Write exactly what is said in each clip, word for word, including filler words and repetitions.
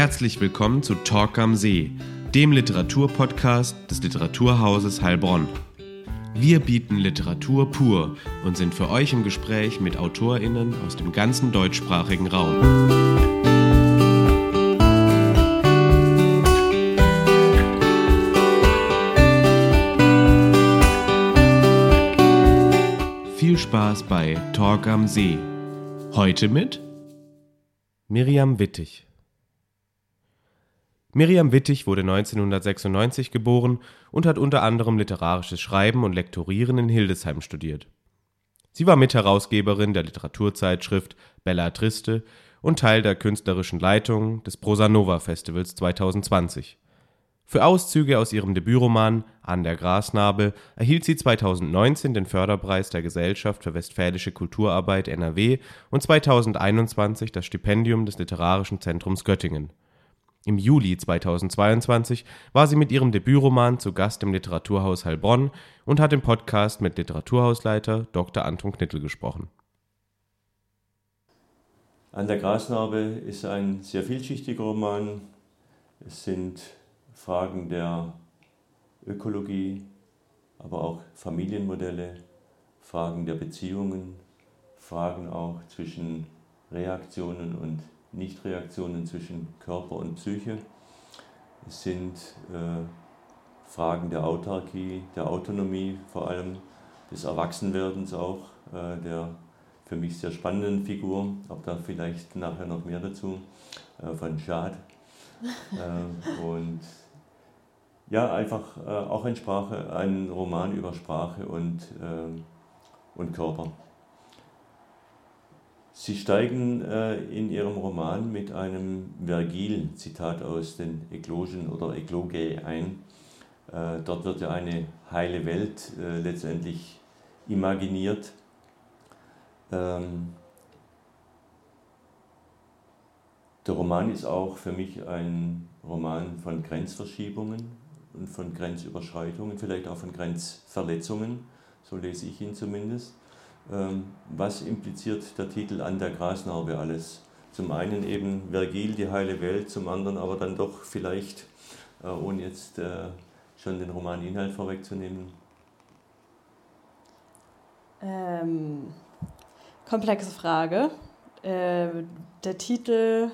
Herzlich willkommen zu Talk am See, dem Literaturpodcast des Literaturhauses Heilbronn. Wir bieten Literatur pur und sind für euch im Gespräch mit AutorInnen aus dem ganzen deutschsprachigen Raum. Viel Spaß bei Talk am See. Heute mit Miriam Wittig. Miriam Wittig wurde neunzehnhundertsechsundneunzig geboren und hat unter anderem literarisches Schreiben und Lektorieren in Hildesheim studiert. Sie war Mitherausgeberin der Literaturzeitschrift Bella Triste und Teil der künstlerischen Leitung des Prosa Nova Festivals zweitausendzwanzig. Für Auszüge aus ihrem Debütroman An der Grasnarbe erhielt sie zweitausendneunzehn den Förderpreis der Gesellschaft für Westfälische Kulturarbeit N R W und zweitausendeinundzwanzig das Stipendium des Literarischen Zentrums Göttingen. Im Juli zweitausendzweiundzwanzig war sie mit ihrem Debütroman zu Gast im Literaturhaus Heilbronn und hat im Podcast mit Literaturhausleiter Doktor Anton Knittel gesprochen. An der Grasnarbe ist ein sehr vielschichtiger Roman. Es sind Fragen der Ökologie, aber auch Familienmodelle, Fragen der Beziehungen, Fragen auch zwischen Reaktionen und Nichtreaktionen, zwischen Körper und Psyche. Es sind äh, Fragen der Autarkie, der Autonomie, vor allem des Erwachsenwerdens auch, äh, der für mich sehr spannenden Figur, auch da vielleicht nachher noch mehr dazu, äh, von Schad. äh, und ja, einfach äh, auch ein, Sprache, ein Roman über Sprache und, äh, und Körper. Sie steigen äh, in ihrem Roman mit einem Vergil-Zitat aus den Eglogen oder Eglogae ein. Äh, dort wird ja eine heile Welt äh, letztendlich imaginiert. Ähm, der Roman ist auch für mich ein Roman von Grenzverschiebungen und von Grenzüberschreitungen, vielleicht auch von Grenzverletzungen, so lese ich ihn zumindest. Was impliziert der Titel An der Grasnarbe alles? Zum einen eben Vergil, die heile Welt, zum anderen aber dann doch vielleicht, ohne jetzt schon den Romaninhalt vorwegzunehmen. Ähm, komplexe Frage. Äh, der Titel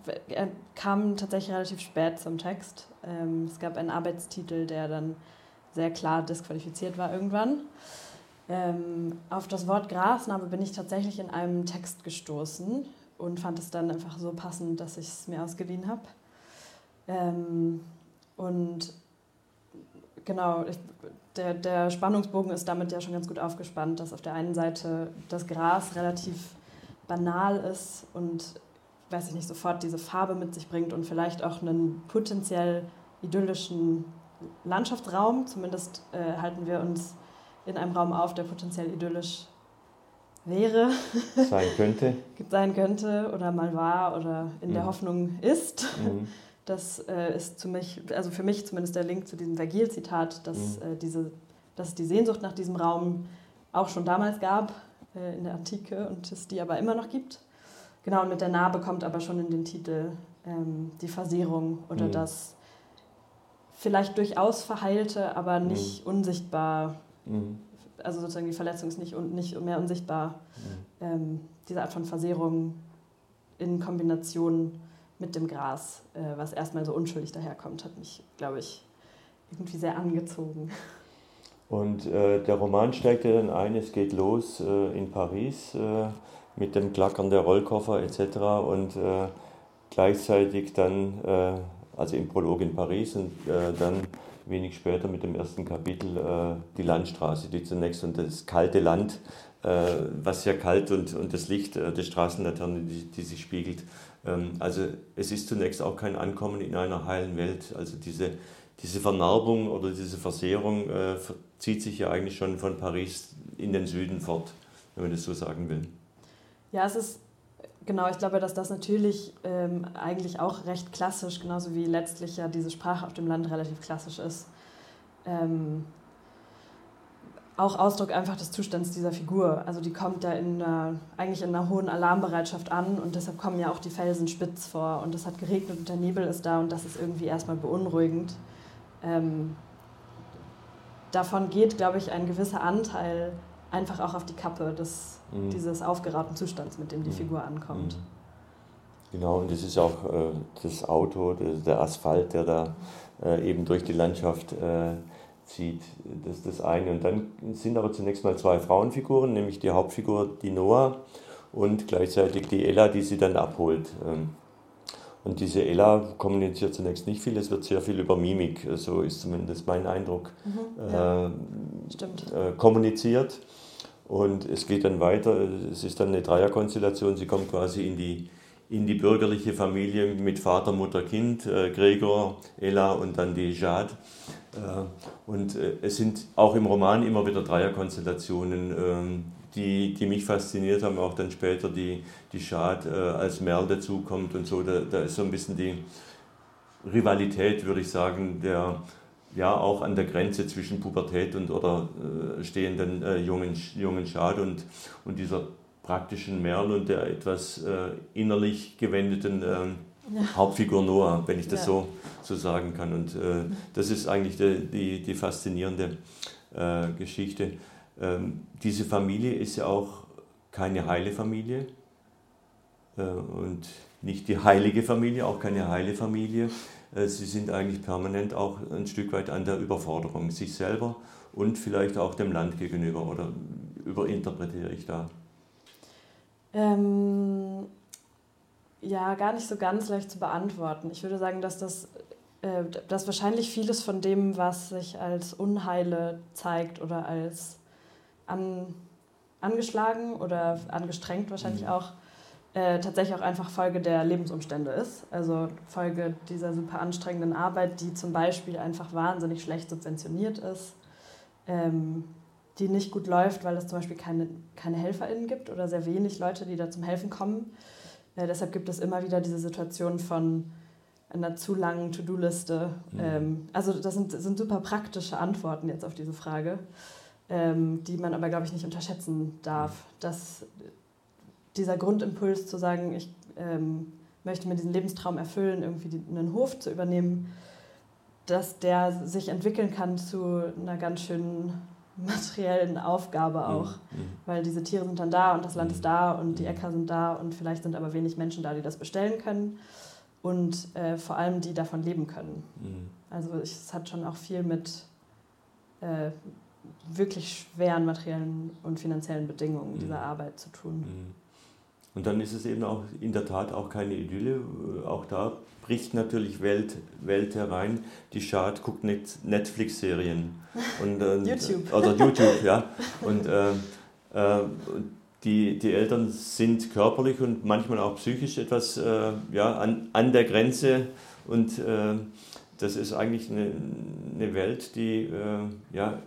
kam tatsächlich relativ spät zum Text. Ähm, es gab einen Arbeitstitel, der dann sehr klar disqualifiziert war irgendwann. Ähm, auf das Wort Grasnarbe bin ich tatsächlich in einem Text gestoßen und fand es dann einfach so passend, dass ich es mir ausgeliehen habe. Ähm, und genau, ich, der, der Spannungsbogen ist damit ja schon ganz gut aufgespannt, dass auf der einen Seite das Gras relativ banal ist und, weiß ich nicht, sofort diese Farbe mit sich bringt und vielleicht auch einen potenziell idyllischen Landschaftsraum, zumindest äh, halten wir uns in einem Raum auf, der potenziell idyllisch wäre. Sein könnte. sein könnte oder mal war oder in mhm. der Hoffnung ist. Mhm. Das äh, ist für mich, also für mich zumindest der Link zu diesem Vergil-Zitat, dass, mhm. äh, diese, dass es die Sehnsucht nach diesem Raum auch schon damals gab äh, in der Antike und es die aber immer noch gibt. Genau, und mit der Narbe kommt aber schon in den Titel ähm, die Versehrung oder mhm. das vielleicht durchaus verheilte, aber nicht mhm. unsichtbar. Mhm. Also sozusagen die Verletzung ist nicht, un, nicht mehr unsichtbar. Mhm. Ähm, diese Art von Versehrung in Kombination mit dem Gras, äh, was erstmal so unschuldig daherkommt, hat mich, glaube ich, irgendwie sehr angezogen. Und äh, der Roman steigt ja dann ein, es geht los äh, in Paris äh, mit dem Klackern der Rollkoffer et cetera und äh, gleichzeitig dann, äh, also im Prolog in Paris und äh, dann wenig später mit dem ersten Kapitel äh, die Landstraße, die zunächst und das kalte Land, äh, was sehr kalt und, und das Licht äh, der Straßenlaterne, die, die sich spiegelt. Ähm, also es ist zunächst auch kein Ankommen in einer heilen Welt. Also diese, diese Vernarbung oder diese Versehrung äh, zieht sich ja eigentlich schon von Paris in den Süden fort, wenn man das so sagen will. Ja, es ist genau, ich glaube, dass das natürlich ähm, eigentlich auch recht klassisch, genauso wie letztlich ja diese Sprache auf dem Land relativ klassisch ist. Ähm, auch Ausdruck einfach des Zustands dieser Figur. Also die kommt da in einer, eigentlich in einer hohen Alarmbereitschaft an und deshalb kommen ja auch die Felsen spitz vor und es hat geregnet und der Nebel ist da und das ist irgendwie erstmal beunruhigend. Ähm, davon geht, glaube ich, ein gewisser Anteil einfach auch auf die Kappe des, mhm. dieses aufgerauten Zustands, mit dem die Figur ankommt. Genau, und das ist auch äh, das Auto, der, der Asphalt, der da äh, eben durch die Landschaft äh, zieht, das ist das eine. Und dann sind aber zunächst mal zwei Frauenfiguren, nämlich die Hauptfigur, die Noah, und gleichzeitig die Ella, die sie dann abholt. Und diese Ella kommuniziert zunächst nicht viel, es wird sehr viel über Mimik, so ist zumindest mein Eindruck, mhm, ja. äh, Stimmt. Äh, kommuniziert. Und es geht dann weiter, es ist dann eine Dreierkonstellation, sie kommt quasi in die, in die bürgerliche Familie mit Vater, Mutter, Kind, äh, Gregor, Ella und dann die Jade. Und es sind auch im Roman immer wieder Dreierkonstellationen, die, die mich fasziniert haben, auch dann später die, die Jade als Merle dazukommt und so. Da, da ist so ein bisschen die Rivalität, würde ich sagen, der ja auch an der Grenze zwischen Pubertät und oder stehenden jungen, jungen Jade und, und dieser praktischen Merle und der etwas innerlich gewendeten Ja. Hauptfigur Noah, wenn ich das ja. so, so sagen kann. Und äh, das ist eigentlich die, die, die faszinierende äh, Geschichte. Ähm, diese Familie ist ja auch keine heile Familie äh, und nicht die heilige Familie, auch keine heile Familie. Äh, sie sind eigentlich permanent auch ein Stück weit an der Überforderung, sich selber und vielleicht auch dem Land gegenüber. Oder überinterpretiere ich da? Ähm Ja, gar nicht so ganz leicht zu beantworten. Ich würde sagen, dass das äh, dass wahrscheinlich vieles von dem, was sich als Unheile zeigt oder als an, angeschlagen oder angestrengt wahrscheinlich mhm. auch, äh, tatsächlich auch einfach Folge der Lebensumstände ist. Also Folge dieser super anstrengenden Arbeit, die zum Beispiel einfach wahnsinnig schlecht subventioniert ist, ähm, die nicht gut läuft, weil es zum Beispiel keine, keine HelferInnen gibt oder sehr wenig Leute, die da zum Helfen kommen. Äh, deshalb gibt es immer wieder diese Situation von einer zu langen To-Do-Liste. Mhm. Ähm, also das sind, sind super praktische Antworten jetzt auf diese Frage, ähm, die man aber, glaube ich, nicht unterschätzen darf. Mhm. Dass dieser Grundimpuls zu sagen, ich ähm, möchte mir diesen Lebenstraum erfüllen, irgendwie die, einen Hof zu übernehmen, dass der sich entwickeln kann zu einer ganz schönen materiellen Aufgabe auch, mhm. weil diese Tiere sind dann da und das Land mhm. ist da und die Äcker sind da und vielleicht sind aber wenig Menschen da, die das bestellen können und äh, vor allem die davon leben können. Mhm. Also ich, es hat schon auch viel mit äh, wirklich schweren materiellen und finanziellen Bedingungen mhm. dieser Arbeit zu tun. Mhm. Und dann ist es eben auch in der Tat auch keine Idylle, auch da bricht natürlich Welt, Welt herein. Die Jade guckt Netflix-Serien. Und, äh, YouTube. Oder YouTube, ja. Und äh, äh, die, die Eltern sind körperlich und manchmal auch psychisch etwas äh, ja, an, an der Grenze. Und äh, das ist eigentlich eine, eine Welt, die, äh, ja,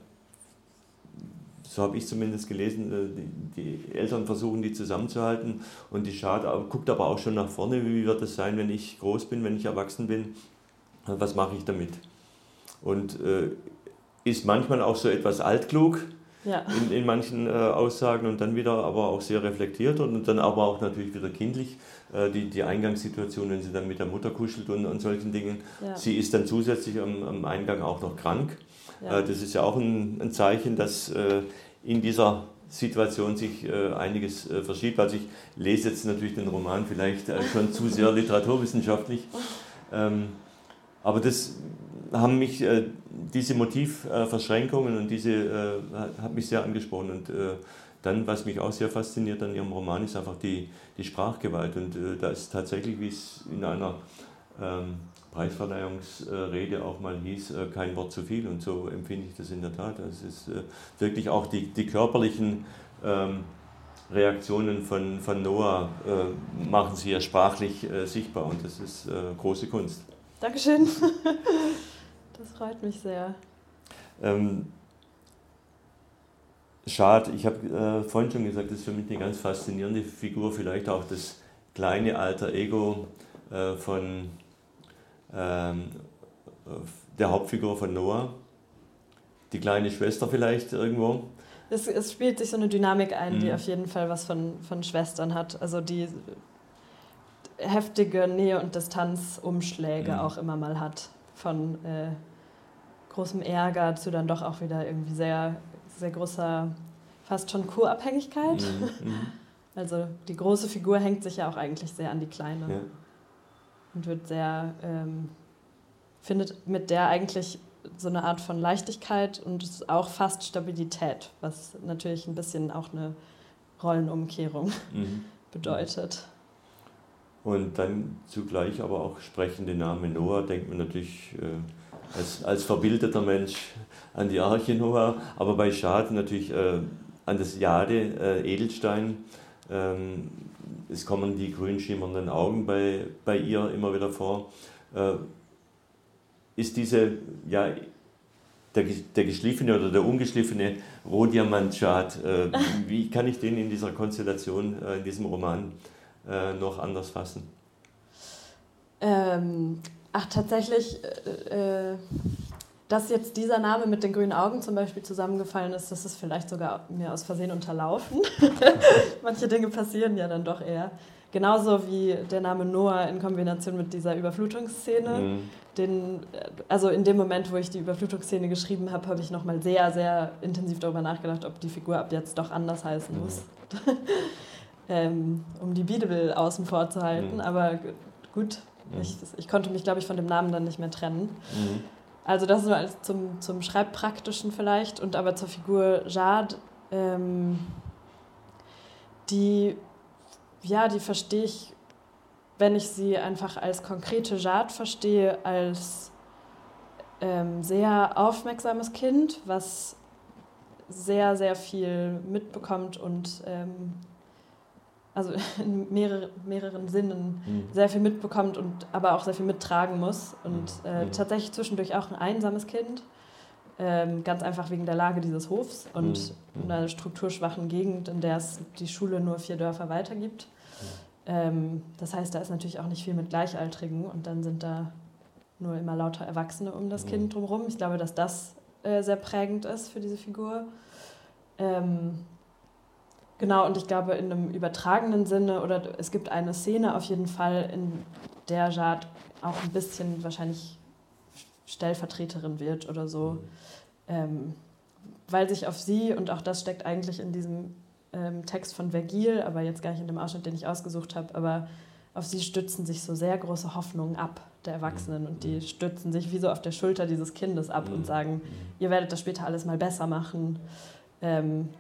so habe ich zumindest gelesen, die, die Eltern versuchen, die zusammenzuhalten und die Jade guckt aber auch schon nach vorne, wie wird es sein, wenn ich groß bin, wenn ich erwachsen bin, was mache ich damit? Und äh, ist manchmal auch so etwas altklug ja. in, in manchen äh, Aussagen und dann wieder aber auch sehr reflektiert und, und dann aber auch natürlich wieder kindlich, äh, die, die Eingangssituation, wenn sie dann mit der Mutter kuschelt und, und solchen Dingen. Ja. Sie ist dann zusätzlich am, am Eingang auch noch krank. Ja. Das ist ja auch ein, ein Zeichen, dass äh, in dieser Situation sich äh, einiges äh, verschiebt. Also ich lese jetzt natürlich den Roman vielleicht äh, schon zu sehr literaturwissenschaftlich, ähm, aber das haben mich, äh, diese Motivverschränkungen und diese äh, hat mich sehr angesprochen. Und äh, dann, was mich auch sehr fasziniert an ihrem Roman, ist einfach die, die Sprachgewalt. Und äh, da ist tatsächlich, wie es in einer ähm, Preisverleihungsrede auch mal hieß, äh, kein Wort zu viel und so empfinde ich das in der Tat. Es ist äh, wirklich auch die, die körperlichen ähm, Reaktionen von, von Noah äh, machen sie ja sprachlich äh, sichtbar und das ist äh, große Kunst. Dankeschön. Das freut mich sehr. Ähm, Schade, ich habe äh, vorhin schon gesagt, das ist für mich eine ganz faszinierende Figur, vielleicht auch das kleine alter Ego äh, von der Hauptfigur von Noah, die kleine Schwester vielleicht irgendwo. Es, es spielt sich so eine Dynamik ein, Mhm. die auf jeden Fall was von, von Schwestern hat. Also die heftige Nähe- und Distanzumschläge Mhm. auch immer mal hat. Von äh, großem Ärger zu dann doch auch wieder irgendwie sehr, sehr großer, fast schon Co-Abhängigkeit. Mhm. Mhm. Also die große Figur hängt sich ja auch eigentlich sehr an die kleine. Ja. Und wird sehr, ähm, findet mit der eigentlich so eine Art von Leichtigkeit und auch fast Stabilität, was natürlich ein bisschen auch eine Rollenumkehrung Mhm. bedeutet. Und dann zugleich aber auch sprechende Name Noah, denkt man natürlich äh, als, als verbildeter Mensch an die Arche Noah, aber bei Schad natürlich äh, an das Jade, äh, Edelstein. Ähm, es kommen die grün schimmernden Augen bei, bei ihr immer wieder vor. Äh, ist diese, ja, der, der geschliffene oder der ungeschliffene Rohdiamant-Schad, äh, wie kann ich den in dieser Konstellation, äh, in diesem Roman äh, noch anders fassen? Ähm, ach, tatsächlich, äh, äh, dass jetzt dieser Name mit den grünen Augen zum Beispiel zusammengefallen ist, das ist vielleicht sogar mir aus Versehen unterlaufen. Manche Dinge passieren ja dann doch eher. Genauso wie der Name Noah in Kombination mit dieser Überflutungsszene. Mhm. Den, also in dem Moment, wo ich die Überflutungsszene geschrieben habe, habe ich nochmal sehr, sehr intensiv darüber nachgedacht, ob die Figur ab jetzt doch anders heißen Mhm. muss. ähm, um die Bibel außen vor zu halten. Mhm. Aber g- gut, Mhm. ich, ich konnte mich, glaube ich, von dem Namen dann nicht mehr trennen. Mhm. Also das nur als zum, zum Schreibpraktischen vielleicht. Und aber zur Figur Jade, ähm, die, ja, die verstehe ich, wenn ich sie einfach als konkrete Jade verstehe, als ähm, sehr aufmerksames Kind, was sehr, sehr viel mitbekommt und ähm, also in mehrere, mehreren Sinnen Mhm. sehr viel mitbekommt und aber auch sehr viel mittragen muss. Und äh, Mhm. tatsächlich zwischendurch auch ein einsames Kind, ähm, ganz einfach wegen der Lage dieses Hofs und Mhm. einer strukturschwachen Gegend, in der es die Schule nur vier Dörfer weiter gibt. Ähm, das heißt, da ist natürlich auch nicht viel mit Gleichaltrigen und dann sind da nur immer lauter Erwachsene um das Mhm. Kind drumherum. Ich glaube, dass das äh, sehr prägend ist für diese Figur. Ähm, genau, und ich glaube, in einem übertragenen Sinne, oder es gibt eine Szene auf jeden Fall, in der Jade auch ein bisschen wahrscheinlich Stellvertreterin wird oder so, ähm, weil sich auf sie, und auch das steckt eigentlich in diesem ähm, Text von Vergil, aber jetzt gar nicht in dem Ausschnitt, den ich ausgesucht habe, aber auf sie stützen sich so sehr große Hoffnungen ab, der Erwachsenen, und die stützen sich wie so auf der Schulter dieses Kindes ab und sagen, ihr werdet das später alles mal besser machen. Ähm,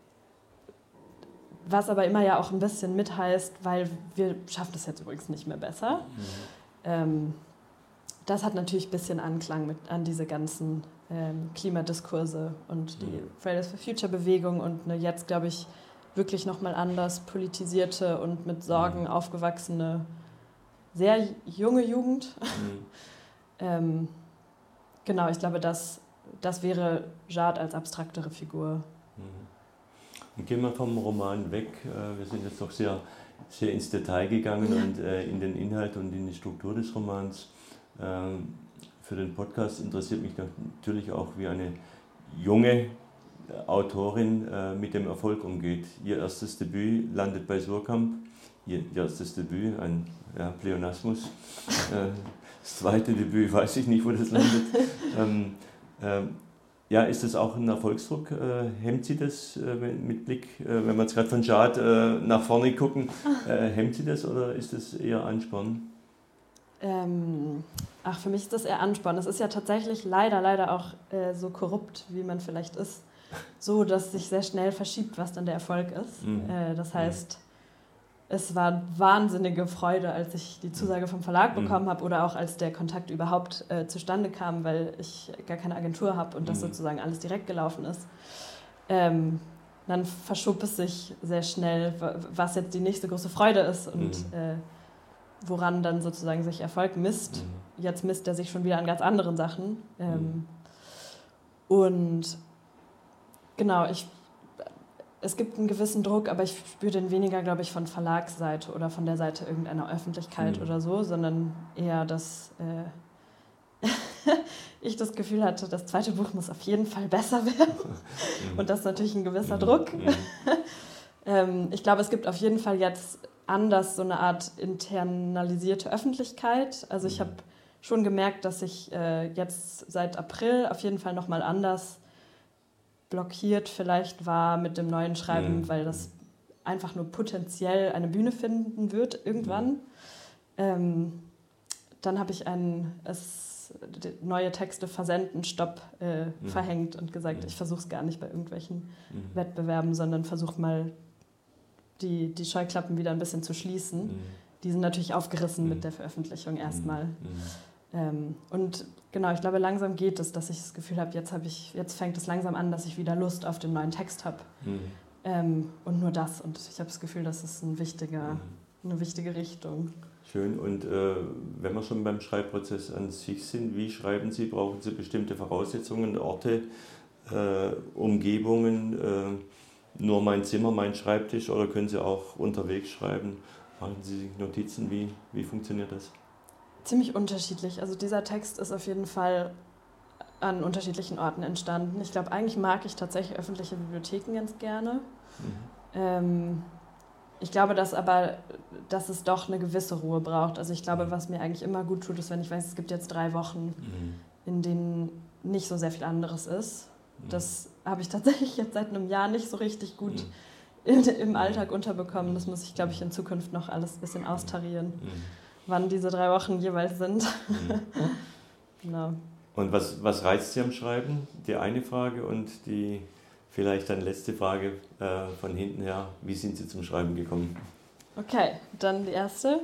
was aber immer ja auch ein bisschen mit heißt, weil wir schaffen das jetzt übrigens nicht mehr besser. Ähm, das hat natürlich ein bisschen Anklang mit, an diese ganzen ähm, Klimadiskurse und die Fridays for Future Bewegung und eine jetzt, glaube ich, wirklich nochmal anders politisierte und mit Sorgen aufgewachsene, sehr junge Jugend. Mhm. ähm, genau, ich glaube, das, das wäre Jade als abstraktere Figur. Und gehen wir vom Roman weg. Wir sind jetzt doch sehr, sehr ins Detail gegangen und in den Inhalt und in die Struktur des Romans. Für den Podcast interessiert mich natürlich auch, wie eine junge Autorin mit dem Erfolg umgeht. Ihr erstes Debüt landet bei Suhrkamp. Ihr erstes Debüt, ein ja, Pleonasmus. Das zweite Debüt, weiß ich nicht, wo das landet. ähm, ähm, Ja, ist das auch ein Erfolgsdruck? Äh, hemmt sie das äh, mit Blick, äh, wenn wir jetzt gerade von Jade äh, nach vorne gucken, äh, hemmt sie das oder ist das eher Ansporn? Ähm, ach, für mich ist das eher Ansporn. Es ist ja tatsächlich leider, leider auch äh, so korrupt, wie man vielleicht ist, so, dass sich sehr schnell verschiebt, was dann der Erfolg ist. Mhm. Äh, das heißt, es war wahnsinnige Freude, als ich die Zusage vom Verlag Mhm. bekommen habe oder auch als der Kontakt überhaupt äh, zustande kam, weil ich gar keine Agentur habe und das Mhm. sozusagen alles direkt gelaufen ist. Ähm, dann verschob es sich sehr schnell, wa- was jetzt die nächste große Freude ist und Mhm. äh, woran dann sozusagen sich Erfolg misst. Mhm. Jetzt misst er sich schon wieder an ganz anderen Sachen. Ähm, Mhm. Und genau, ich, es gibt einen gewissen Druck, aber ich spüre den weniger, glaube ich, von Verlagsseite oder von der Seite irgendeiner Öffentlichkeit Mhm. oder so, sondern eher, dass äh, ich das Gefühl hatte, das zweite Buch muss auf jeden Fall besser werden. Und das ist natürlich ein gewisser Druck. ähm, ich glaube, es gibt auf jeden Fall jetzt anders so eine Art internalisierte Öffentlichkeit. Also ich habe schon gemerkt, dass ich äh, jetzt seit April auf jeden Fall nochmal anders blockiert vielleicht war mit dem neuen Schreiben, mhm. weil das einfach nur potenziell eine Bühne finden wird irgendwann. Mhm. Ähm, dann habe ich einen es, neue Texte versenden, Stopp äh, mhm. verhängt und gesagt, mhm. ich versuche es gar nicht bei irgendwelchen mhm. Wettbewerben, sondern versuche mal die, die Scheuklappen wieder ein bisschen zu schließen. Mhm. Die sind natürlich aufgerissen mhm. mit der Veröffentlichung erstmal. Mhm. Ähm, und genau, ich glaube, langsam geht es, dass ich das Gefühl habe, jetzt, hab ich, jetzt fängt es langsam an, dass ich wieder Lust auf den neuen Text habe. Mhm. Ähm, und nur das. Und ich habe das Gefühl, das ist ein wichtiger, mhm. eine wichtige Richtung. Schön. Und äh, wenn wir schon beim Schreibprozess an sich sind, wie schreiben Sie? Brauchen Sie bestimmte Voraussetzungen, Orte, äh, Umgebungen, äh, nur mein Zimmer, mein Schreibtisch, oder können Sie auch unterwegs schreiben? Machen Sie sich Notizen? Wie, wie funktioniert das? Ziemlich unterschiedlich. Also dieser Text ist auf jeden Fall an unterschiedlichen Orten entstanden. Ich glaube, eigentlich mag ich tatsächlich öffentliche Bibliotheken ganz gerne. Mhm. Ähm, ich glaube, dass aber, dass es doch eine gewisse Ruhe braucht. Also ich glaube, was mir eigentlich immer gut tut, ist, wenn ich weiß, es gibt jetzt drei Wochen, mhm. in denen nicht so sehr viel anderes ist. Mhm. Das habe ich tatsächlich jetzt seit einem Jahr nicht so richtig gut mhm. in, im Alltag unterbekommen. Das muss ich, glaube ich, in Zukunft noch alles ein bisschen austarieren. Mhm. Wann diese drei Wochen jeweils sind. Mhm. Genau. Und was, was reizt Sie am Schreiben? Die eine Frage, und die vielleicht dann letzte Frage äh, von hinten her. Wie sind Sie zum Schreiben gekommen? Okay, dann die erste.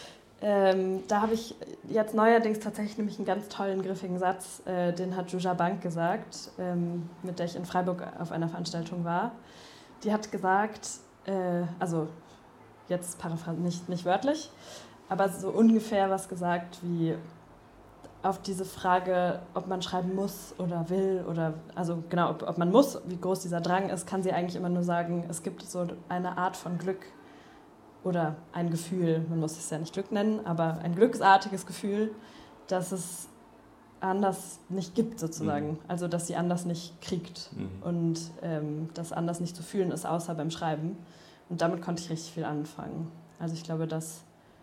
Ähm, da habe ich jetzt neuerdings tatsächlich nämlich einen ganz tollen, griffigen Satz, äh, den hat Juja Bank gesagt, ähm, mit der ich in Freiburg auf einer Veranstaltung war. Die hat gesagt, äh, also jetzt paraphrasiert, nicht, nicht wörtlich, aber so ungefähr was gesagt wie auf diese Frage, ob man schreiben muss oder will, oder also genau, ob, ob man muss, wie groß dieser Drang ist, kann sie eigentlich immer nur sagen, es gibt so eine Art von Glück oder ein Gefühl, man muss es ja nicht Glück nennen, aber ein glücksartiges Gefühl, dass es anders nicht gibt sozusagen, mhm. also dass sie anders nicht kriegt mhm. und ähm, das anders nicht zu fühlen ist, außer beim Schreiben. Und damit konnte ich richtig viel anfangen. Also ich glaube, dass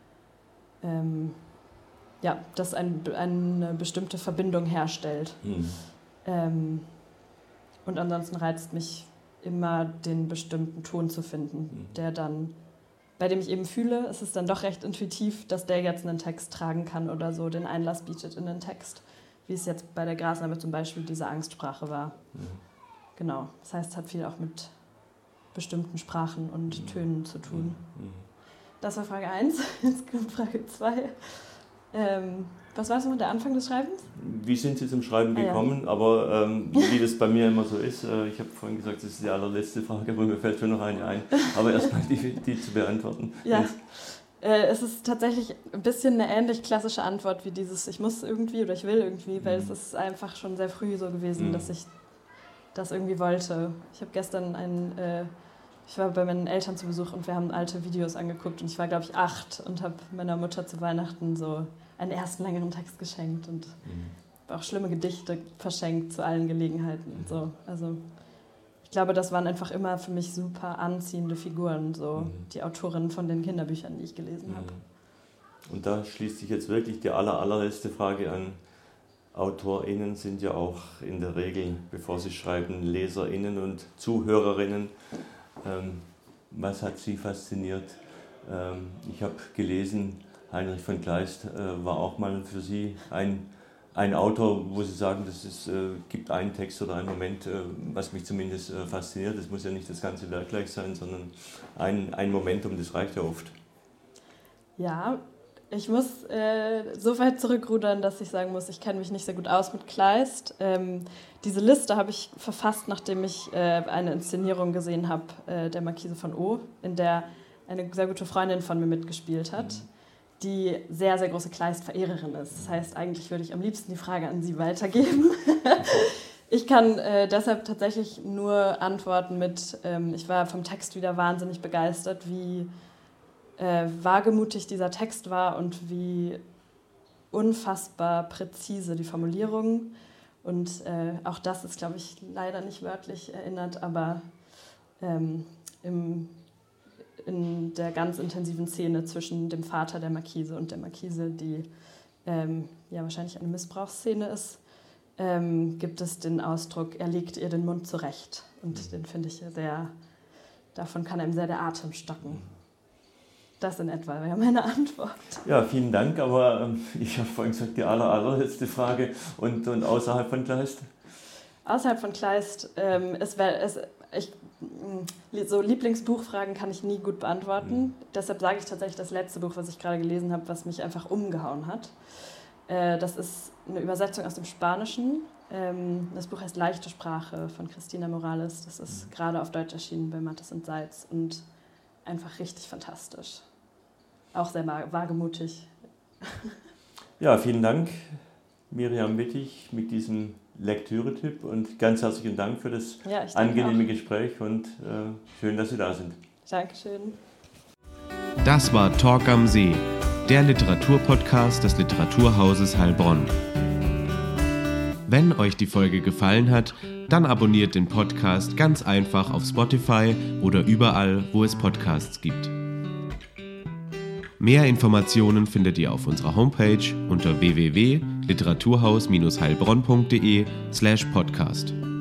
ähm, ja, das ein, eine bestimmte Verbindung herstellt. Mhm. Ähm, und ansonsten reizt mich immer, den bestimmten Ton zu finden, mhm. der dann, bei dem ich eben fühle, es ist dann doch recht intuitiv, dass der jetzt einen Text tragen kann oder so, den Einlass bietet in den Text, wie es jetzt bei der Grasnarbe zum Beispiel diese Angstsprache war. Mhm. Genau, das heißt, es hat viel auch mit bestimmten Sprachen und mhm. Tönen zu tun. Mhm. Das war Frage eins, jetzt kommt Frage zwei. Ähm, was war das noch, der Anfang des Schreibens? Wie sind Sie zum Schreiben gekommen? Ah, ja. Aber ähm, wie das bei mir immer so ist, äh, ich habe vorhin gesagt, das ist die allerletzte Frage, aber mir fällt schon noch eine ein. Aber erstmal die, die zu beantworten. Ja, äh, es ist tatsächlich ein bisschen eine ähnlich klassische Antwort wie dieses ich muss irgendwie oder ich will irgendwie, weil mhm. es ist einfach schon sehr früh so gewesen, mhm. dass ich das irgendwie wollte. Ich habe gestern ein... Äh, Ich war bei meinen Eltern zu Besuch und wir haben alte Videos angeguckt und ich war, glaube ich, acht und habe meiner Mutter zu Weihnachten so einen ersten längeren Text geschenkt und mhm. auch schlimme Gedichte verschenkt zu allen Gelegenheiten und so. Also ich glaube, das waren einfach immer für mich super anziehende Figuren, so mhm. die Autorinnen von den Kinderbüchern, die ich gelesen mhm. habe. Und da schließt sich jetzt wirklich die aller, allerletzte Frage an. AutorInnen sind ja auch in der Regel, bevor sie schreiben, LeserInnen und ZuhörerInnen. Ähm, was hat Sie fasziniert? Ähm, ich habe gelesen, Heinrich von Kleist äh, war auch mal für Sie ein, ein Autor, wo Sie sagen, es äh, gibt einen Text oder einen Moment, äh, was mich zumindest äh, fasziniert. Das muss ja nicht das ganze Werk gleich sein, sondern ein, ein Momentum, das reicht ja oft. Ja, ich muss äh, so weit zurückrudern, dass ich sagen muss, ich kenne mich nicht sehr gut aus mit Kleist. Ähm, diese Liste habe ich verfasst, nachdem ich äh, eine Inszenierung gesehen habe, äh, der Marquise von O, in der eine sehr gute Freundin von mir mitgespielt hat, mhm. die sehr, sehr große Kleist-Verehrerin ist. Das heißt, eigentlich würde ich am liebsten die Frage an sie weitergeben. Ich kann äh, deshalb tatsächlich nur antworten mit, ähm, ich war vom Text wieder wahnsinnig begeistert, wie Äh, wagemutig dieser Text war und wie unfassbar präzise, die Formulierungen. Und äh, auch das ist, glaube ich, leider nicht wörtlich erinnert, aber ähm, im, in der ganz intensiven Szene zwischen dem Vater der Marquise und der Marquise, die ähm, ja wahrscheinlich eine Missbrauchsszene ist, ähm, gibt es den Ausdruck, er legt ihr den Mund zurecht. Und mhm. den finde ich sehr, davon kann einem sehr der Atem stocken. Das in etwa wäre meine Antwort. Ja, vielen Dank, aber ähm, ich habe vorhin gesagt, die aller, allerletzte Frage. Und, und außerhalb von Kleist? Außerhalb von Kleist, ähm, es wär, es, ich, so Lieblingsbuchfragen kann ich nie gut beantworten. Mhm. Deshalb sage ich tatsächlich das letzte Buch, was ich gerade gelesen habe, was mich einfach umgehauen hat. Äh, das ist eine Übersetzung aus dem Spanischen. Ähm, das Buch heißt Leichte Sprache von Cristina Morales. Das ist mhm. gerade auf Deutsch erschienen bei Mattes und Seitz und einfach richtig fantastisch. Auch sehr wagemutig. Ja, vielen Dank, Miriam Wittig, mit diesem Lektüre-Tipp und ganz herzlichen Dank für das ja, angenehme auch. Gespräch und äh, schön, dass Sie da sind. Dankeschön. Das war Talk am See, der Literaturpodcast des Literaturhauses Heilbronn. Wenn euch die Folge gefallen hat, dann abonniert den Podcast ganz einfach auf Spotify oder überall, wo es Podcasts gibt. Mehr Informationen findet ihr auf unserer Homepage unter w w w punkt literaturhaus Bindestrich heilbronn punkt de slash podcast.